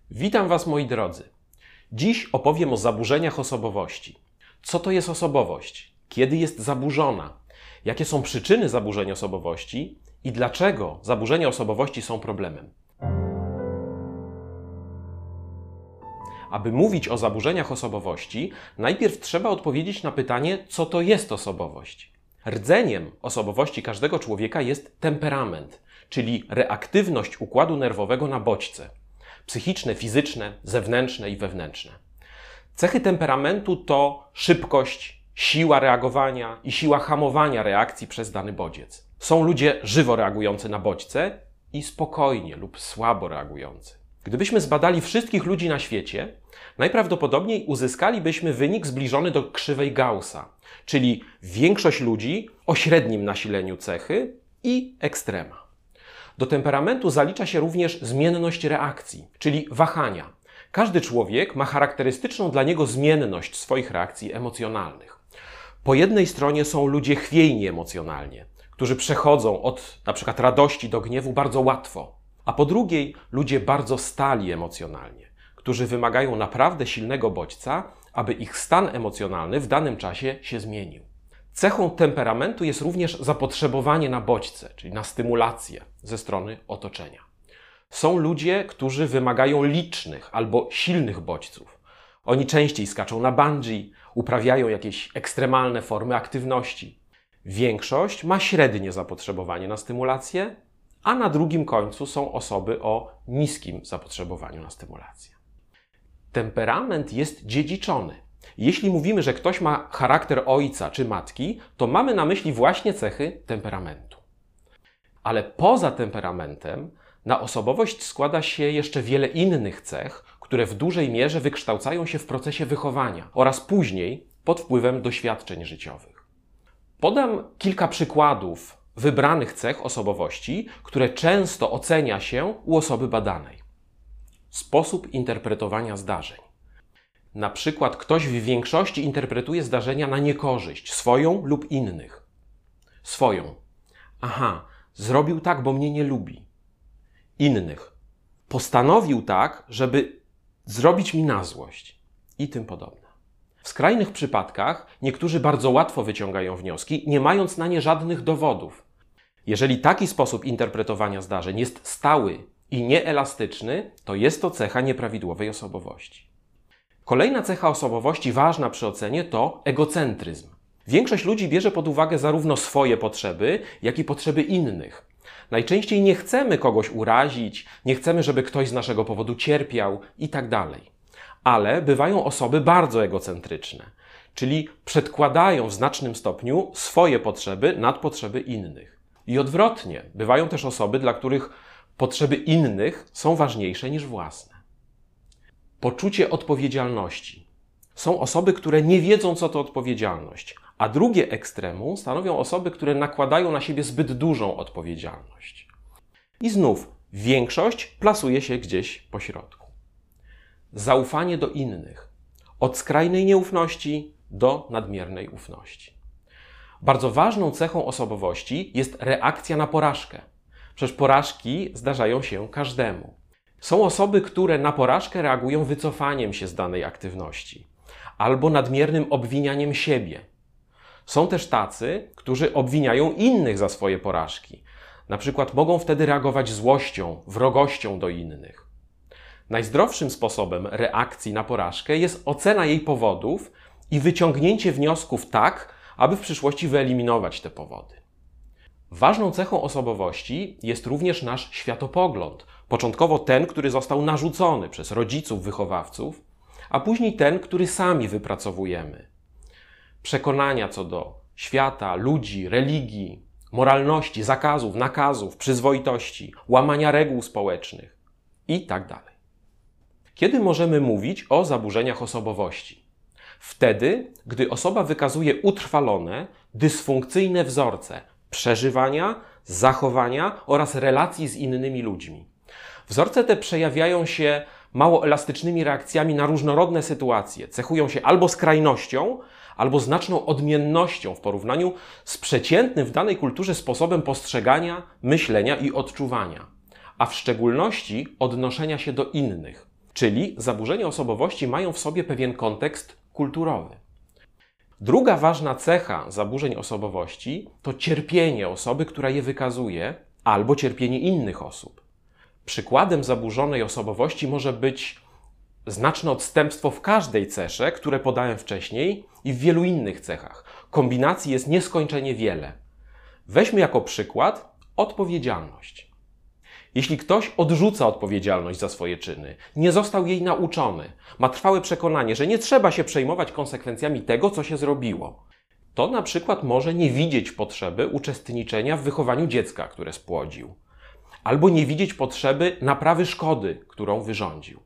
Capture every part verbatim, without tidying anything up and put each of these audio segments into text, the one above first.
Witam Was, moi drodzy. Dziś opowiem o zaburzeniach osobowości. Co to jest osobowość? Kiedy jest zaburzona? Jakie są przyczyny zaburzeń osobowości? I dlaczego zaburzenia osobowości są problemem? Aby mówić o zaburzeniach osobowości, najpierw trzeba odpowiedzieć na pytanie, co to jest osobowość. Rdzeniem osobowości każdego człowieka jest temperament, czyli reaktywność układu nerwowego na bodźce. Psychiczne, fizyczne, zewnętrzne i wewnętrzne. Cechy temperamentu to szybkość, siła reagowania i siła hamowania reakcji przez dany bodziec. Są ludzie żywo reagujący na bodźce i spokojnie lub słabo reagujący. Gdybyśmy zbadali wszystkich ludzi na świecie, najprawdopodobniej uzyskalibyśmy wynik zbliżony do krzywej Gaussa, czyli większość ludzi o średnim nasileniu cechy i ekstrema. Do temperamentu zalicza się również zmienność reakcji, czyli wahania. Każdy człowiek ma charakterystyczną dla niego zmienność swoich reakcji emocjonalnych. Po jednej stronie są ludzie chwiejni emocjonalnie, którzy przechodzą od na przykład radości do gniewu bardzo łatwo, a po drugiej ludzie bardzo stali emocjonalnie, którzy wymagają naprawdę silnego bodźca, aby ich stan emocjonalny w danym czasie się zmienił. Cechą temperamentu jest również zapotrzebowanie na bodźce, czyli na stymulację ze strony otoczenia. Są ludzie, którzy wymagają licznych albo silnych bodźców. Oni częściej skaczą na bungee, uprawiają jakieś ekstremalne formy aktywności. Większość ma średnie zapotrzebowanie na stymulację, a na drugim końcu są osoby o niskim zapotrzebowaniu na stymulację. Temperament jest dziedziczony. Jeśli mówimy, że ktoś ma charakter ojca czy matki, to mamy na myśli właśnie cechy temperamentu. Ale poza temperamentem na osobowość składa się jeszcze wiele innych cech, które w dużej mierze wykształcają się w procesie wychowania oraz później pod wpływem doświadczeń życiowych. Podam kilka przykładów wybranych cech osobowości, które często ocenia się u osoby badanej. Sposób interpretowania zdarzeń. Na przykład ktoś w większości interpretuje zdarzenia na niekorzyść, swoją lub innych. Swoją. Aha, zrobił tak, bo mnie nie lubi. Innych. Postanowił tak, żeby zrobić mi na złość. I tym podobne. W skrajnych przypadkach niektórzy bardzo łatwo wyciągają wnioski, nie mając na nie żadnych dowodów. Jeżeli taki sposób interpretowania zdarzeń jest stały i nieelastyczny, to jest to cecha nieprawidłowej osobowości. Kolejna cecha osobowości ważna przy ocenie to egocentryzm. Większość ludzi bierze pod uwagę zarówno swoje potrzeby, jak i potrzeby innych. Najczęściej nie chcemy kogoś urazić, nie chcemy, żeby ktoś z naszego powodu cierpiał i tak dalej. Ale bywają osoby bardzo egocentryczne, czyli przedkładają w znacznym stopniu swoje potrzeby nad potrzeby innych. I odwrotnie, bywają też osoby, dla których potrzeby innych są ważniejsze niż własne. Poczucie odpowiedzialności. Są osoby, które nie wiedzą, co to odpowiedzialność, a drugie ekstremum stanowią osoby, które nakładają na siebie zbyt dużą odpowiedzialność. I znów większość plasuje się gdzieś po środku. Zaufanie do innych. Od skrajnej nieufności do nadmiernej ufności. Bardzo ważną cechą osobowości jest reakcja na porażkę. Przecież porażki zdarzają się każdemu. Są osoby, które na porażkę reagują wycofaniem się z danej aktywności albo nadmiernym obwinianiem siebie. Są też tacy, którzy obwiniają innych za swoje porażki. Na przykład mogą wtedy reagować złością, wrogością do innych. Najzdrowszym sposobem reakcji na porażkę jest ocena jej powodów i wyciągnięcie wniosków tak, aby w przyszłości wyeliminować te powody. Ważną cechą osobowości jest również nasz światopogląd. Początkowo ten, który został narzucony przez rodziców, wychowawców, a później ten, który sami wypracowujemy. Przekonania co do świata, ludzi, religii, moralności, zakazów, nakazów, przyzwoitości, łamania reguł społecznych i tak dalej. Kiedy możemy mówić o zaburzeniach osobowości? Wtedy, gdy osoba wykazuje utrwalone, dysfunkcyjne wzorce przeżywania, zachowania oraz relacji z innymi ludźmi. Wzorce te przejawiają się mało elastycznymi reakcjami na różnorodne sytuacje. Cechują się albo skrajnością, albo znaczną odmiennością w porównaniu z przeciętnym w danej kulturze sposobem postrzegania, myślenia i odczuwania, a w szczególności odnoszenia się do innych. czyli zaburzenia osobowości mają w sobie pewien kontekst kulturowy. Druga ważna cecha zaburzeń osobowości to cierpienie osoby, która je wykazuje, albo cierpienie innych osób. Przykładem zaburzonej osobowości może być znaczne odstępstwo w każdej cesze, które podałem wcześniej, i w wielu innych cechach. Kombinacji jest nieskończenie wiele. Weźmy jako przykład odpowiedzialność. Jeśli ktoś odrzuca odpowiedzialność za swoje czyny, nie został jej nauczony, ma trwałe przekonanie, że nie trzeba się przejmować konsekwencjami tego, co się zrobiło, to na przykład może nie widzieć potrzeby uczestniczenia w wychowaniu dziecka, które spłodził, albo nie widzieć potrzeby naprawy szkody, którą wyrządził.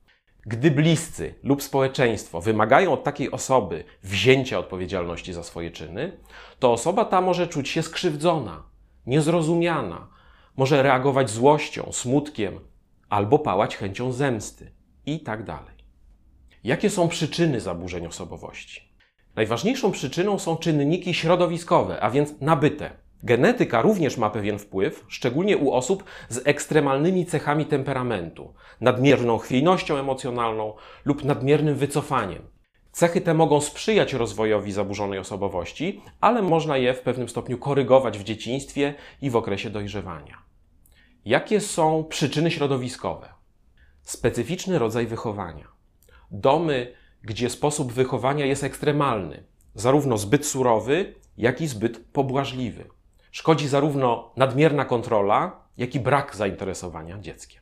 Gdy bliscy lub społeczeństwo wymagają od takiej osoby wzięcia odpowiedzialności za swoje czyny, to osoba ta może czuć się skrzywdzona, niezrozumiana, może reagować złością, smutkiem albo pałać chęcią zemsty i tak dalej. Jakie są przyczyny zaburzeń osobowości? Najważniejszą przyczyną są czynniki środowiskowe, a więc nabyte. Genetyka również ma pewien wpływ, szczególnie u osób z ekstremalnymi cechami temperamentu, nadmierną chwiejnością emocjonalną lub nadmiernym wycofaniem. Cechy te mogą sprzyjać rozwojowi zaburzonej osobowości, ale można je w pewnym stopniu korygować w dzieciństwie i w okresie dojrzewania. Jakie są przyczyny środowiskowe? Specyficzny rodzaj wychowania. Domy, gdzie sposób wychowania jest ekstremalny, zarówno zbyt surowy, jak i zbyt pobłażliwy. Szkodzi zarówno nadmierna kontrola, jak i brak zainteresowania dzieckiem.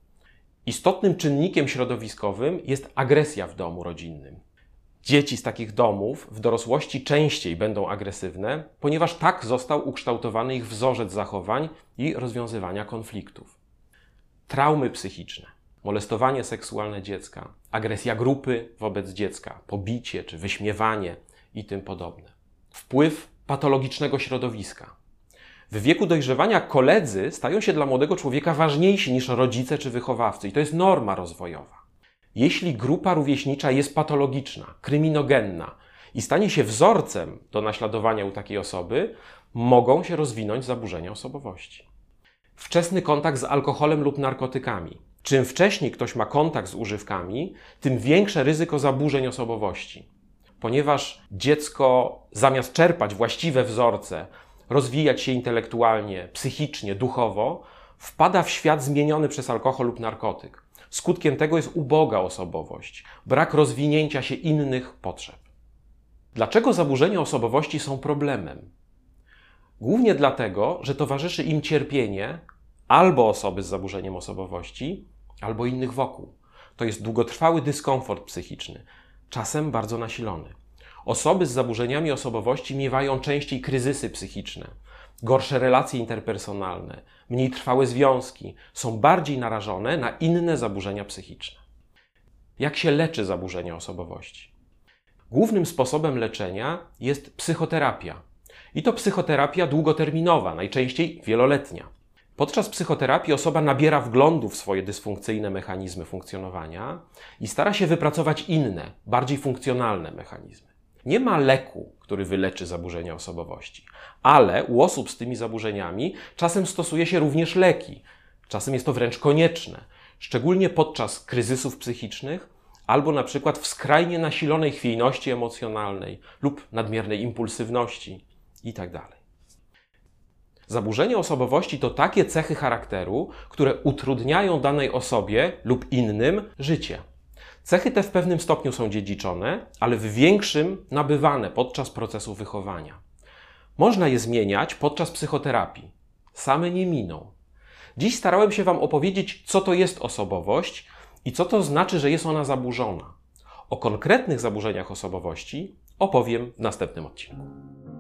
Istotnym czynnikiem środowiskowym jest agresja w domu rodzinnym. Dzieci z takich domów w dorosłości częściej będą agresywne, ponieważ tak został ukształtowany ich wzorzec zachowań i rozwiązywania konfliktów. Traumy psychiczne, molestowanie seksualne dziecka, agresja grupy wobec dziecka, pobicie czy wyśmiewanie i tym podobne. Wpływ patologicznego środowiska. W wieku dojrzewania koledzy stają się dla młodego człowieka ważniejsi niż rodzice czy wychowawcy i to jest norma rozwojowa. Jeśli grupa rówieśnicza jest patologiczna, kryminogenna i stanie się wzorcem do naśladowania u takiej osoby, mogą się rozwinąć zaburzenia osobowości. Wczesny kontakt z alkoholem lub narkotykami. Czym wcześniej ktoś ma kontakt z używkami, tym większe ryzyko zaburzeń osobowości. Ponieważ dziecko zamiast czerpać właściwe wzorce, rozwijać się intelektualnie, psychicznie, duchowo, wpada w świat zmieniony przez alkohol lub narkotyk. Skutkiem tego jest uboga osobowość, brak rozwinięcia się innych potrzeb. Dlaczego zaburzenia osobowości są problemem? Głównie dlatego, że towarzyszy im cierpienie albo osoby z zaburzeniem osobowości, albo innych wokół. To jest długotrwały dyskomfort psychiczny, czasem bardzo nasilony. Osoby z zaburzeniami osobowości miewają częściej kryzysy psychiczne, gorsze relacje interpersonalne, mniej trwałe związki, są bardziej narażone na inne zaburzenia psychiczne. Jak się leczy zaburzenia osobowości? Głównym sposobem leczenia jest psychoterapia. I to psychoterapia długoterminowa, najczęściej wieloletnia. Podczas psychoterapii osoba nabiera wglądu w swoje dysfunkcyjne mechanizmy funkcjonowania i stara się wypracować inne, bardziej funkcjonalne mechanizmy. Nie ma leku, który wyleczy zaburzenia osobowości, ale u osób z tymi zaburzeniami czasem stosuje się również leki. Czasem jest to wręcz konieczne, szczególnie podczas kryzysów psychicznych albo na przykład w skrajnie nasilonej chwiejności emocjonalnej lub nadmiernej impulsywności itd. Zaburzenia osobowości to takie cechy charakteru, które utrudniają danej osobie lub innym życie. Cechy te w pewnym stopniu są dziedziczone, ale w większym nabywane podczas procesu wychowania. Można je zmieniać podczas psychoterapii. Same nie miną. Dziś starałem się Wam opowiedzieć, co to jest osobowość i co to znaczy, że jest ona zaburzona. O konkretnych zaburzeniach osobowości opowiem w następnym odcinku.